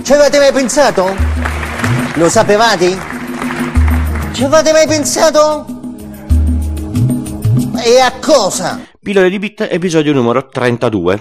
Ci avete mai pensato? Lo sapevate? Ci avete mai pensato? E a cosa? Pillole di Bit, episodio numero 32.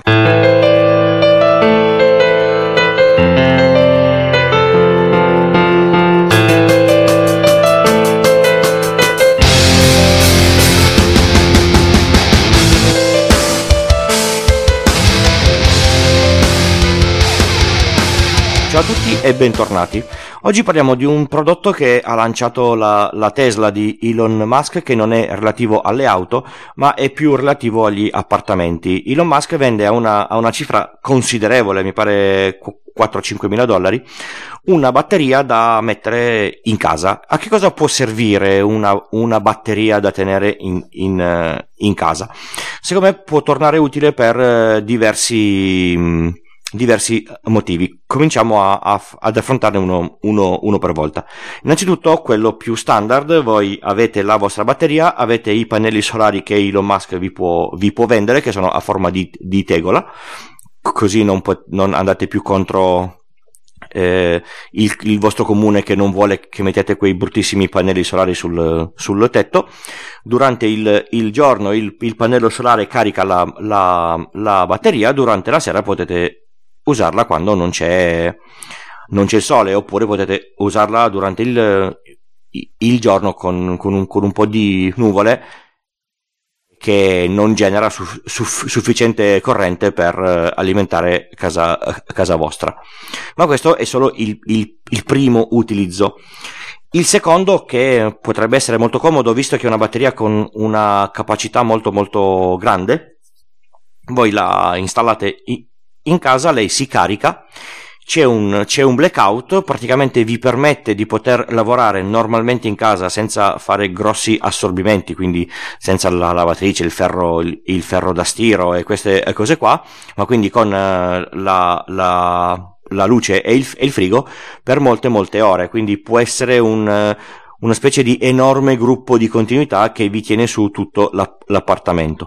Ciao a tutti e bentornati. Oggi parliamo di un prodotto che ha lanciato la Tesla di Elon Musk, che non è relativo alle auto, ma è più relativo agli appartamenti. Elon Musk vende a una cifra considerevole, mi pare 4-5 mila dollari, una batteria da mettere in casa. A che cosa può servire una batteria da tenere in casa? Secondo me può tornare utile per diversi motivi. Cominciamo ad affrontarne uno per volta. Innanzitutto, quello più standard: voi avete la vostra batteria, avete i pannelli solari che Elon Musk vi può vendere, che sono a forma di tegola, così non andate più contro il vostro comune, che non vuole che mettete quei bruttissimi pannelli solari sul tetto. Durante il giorno il pannello solare carica la batteria, durante la sera potete usarla quando non c'è il sole, oppure potete usarla durante il giorno con un po' di nuvole che non genera sufficiente corrente per alimentare casa vostra. Ma questo è solo il primo utilizzo. Il secondo, che potrebbe essere molto comodo, visto che è una batteria con una capacità molto molto grande, voi la installate in casa, lei si carica, c'è un blackout, praticamente vi permette di poter lavorare normalmente in casa senza fare grossi assorbimenti, quindi senza la lavatrice, il ferro da stiro e queste cose qua, ma quindi con la luce e il frigo per molte ore. Quindi può essere una specie di enorme gruppo di continuità che vi tiene su tutto l'appartamento.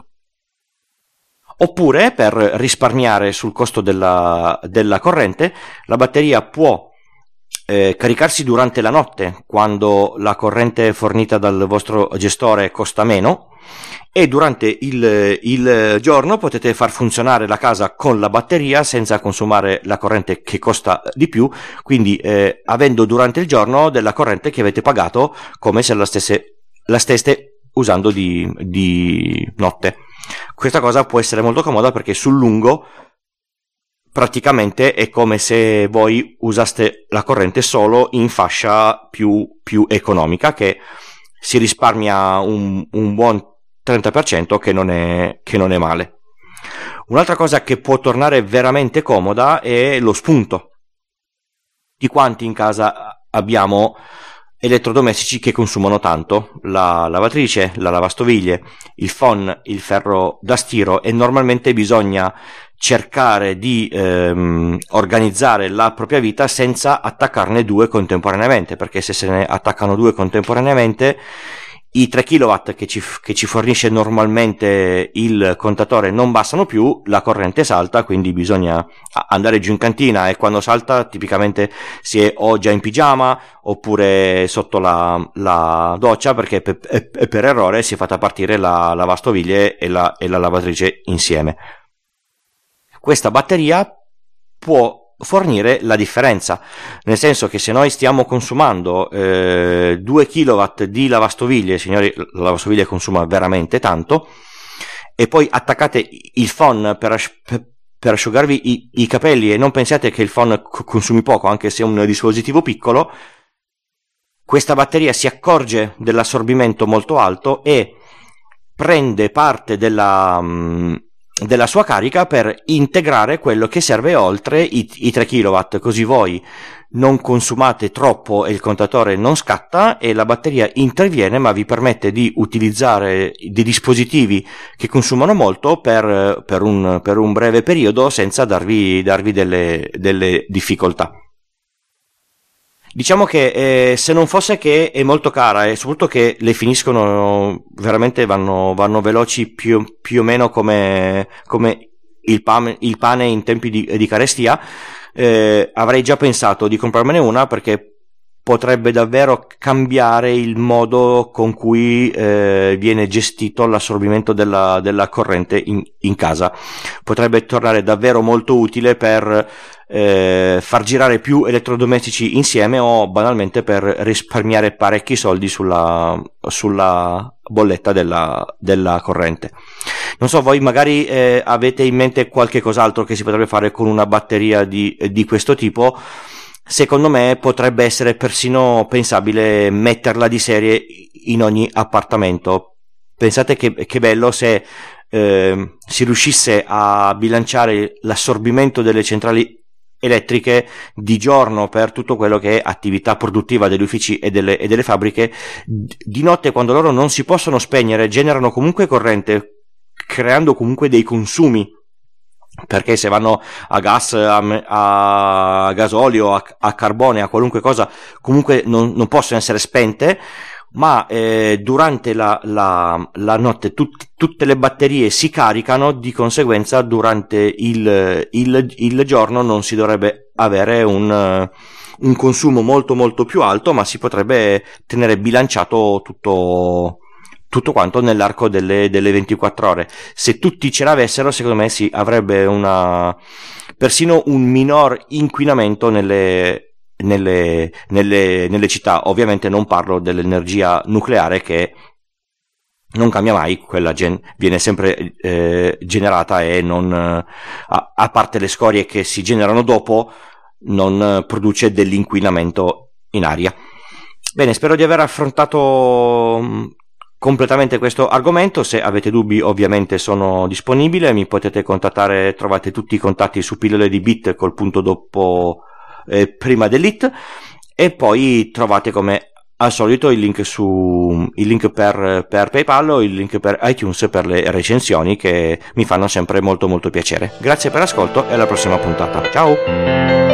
Oppure, per risparmiare sul costo della corrente, la batteria può caricarsi durante la notte, quando la corrente fornita dal vostro gestore costa meno, e durante il giorno potete far funzionare la casa con la batteria senza consumare la corrente che costa di più, quindi avendo durante il giorno della corrente che avete pagato come se la steste usando di notte. Questa cosa può essere molto comoda, perché sul lungo praticamente è come se voi usaste la corrente solo in fascia più economica, che si risparmia un buon 30%, che non è male. Un'altra cosa che può tornare veramente comoda è lo spunto. Di quanti in casa abbiamo elettrodomestici che consumano tanto? La lavatrice, la lavastoviglie, il phon, il ferro da stiro, e normalmente bisogna cercare di organizzare la propria vita senza attaccarne due contemporaneamente, perché se ne attaccano due contemporaneamente, i 3 kW che ci fornisce normalmente il contatore non bastano più, la corrente salta, quindi bisogna andare giù in cantina, e quando salta tipicamente si è o già in pigiama oppure sotto la doccia, perché per errore si è fatta partire la lavastoviglie e la lavatrice insieme. Questa batteria può fornire la differenza, nel senso che se noi stiamo consumando 2 kW di lavastoviglie, signori, la lavastoviglie consuma veramente tanto, e poi attaccate il phon per asciugarvi i capelli, e non pensiate che il phon consumi poco, anche se è un dispositivo piccolo, questa batteria si accorge dell'assorbimento molto alto e prende parte della sua carica per integrare quello che serve oltre i 3 kW, così voi non consumate troppo e il contatore non scatta, e la batteria interviene, ma vi permette di utilizzare dei dispositivi che consumano molto per un breve periodo senza darvi delle difficoltà. Diciamo che se non fosse che è molto cara, e soprattutto che le finiscono veramente, vanno veloci più o meno come il pane in tempi di carestia, avrei già pensato di comprarmene una, perché potrebbe davvero cambiare il modo con cui viene gestito l'assorbimento della corrente in casa. Potrebbe tornare davvero molto utile per far girare più elettrodomestici insieme, o banalmente per risparmiare parecchi soldi sulla bolletta della corrente. Non so, voi magari avete in mente qualche cos'altro che si potrebbe fare con una batteria di questo tipo. Secondo me potrebbe essere persino pensabile metterla di serie in ogni appartamento. Pensate che bello se si riuscisse a bilanciare l'assorbimento delle centrali elettriche di giorno per tutto quello che è attività produttiva degli uffici e delle fabbriche. Di notte, quando loro non si possono spegnere, generano comunque corrente, creando comunque dei consumi, perché se vanno a gas, a gasolio, a carbone, a qualunque cosa, comunque non possono essere spente, ma durante la notte tutte le batterie si caricano, di conseguenza durante il giorno non si dovrebbe avere un consumo molto molto più alto, ma si potrebbe tenere bilanciato tutto quanto nell'arco delle 24 ore. Se tutti ce l'avessero, secondo me si avrebbe persino un minor inquinamento nelle città. Ovviamente non parlo dell'energia nucleare, che non cambia mai, quella viene sempre generata e non, a parte le scorie che si generano dopo, non produce dell'inquinamento in aria. Bene, spero di aver affrontato completamente questo argomento. Se avete dubbi, ovviamente sono disponibile, mi potete contattare, trovate tutti i contatti su Pillole di Bit col punto dopo prima dell'it, e poi trovate come al solito il link per PayPal o il link per iTunes per le recensioni, che mi fanno sempre molto molto piacere. Grazie per l'ascolto e alla prossima puntata. Ciao!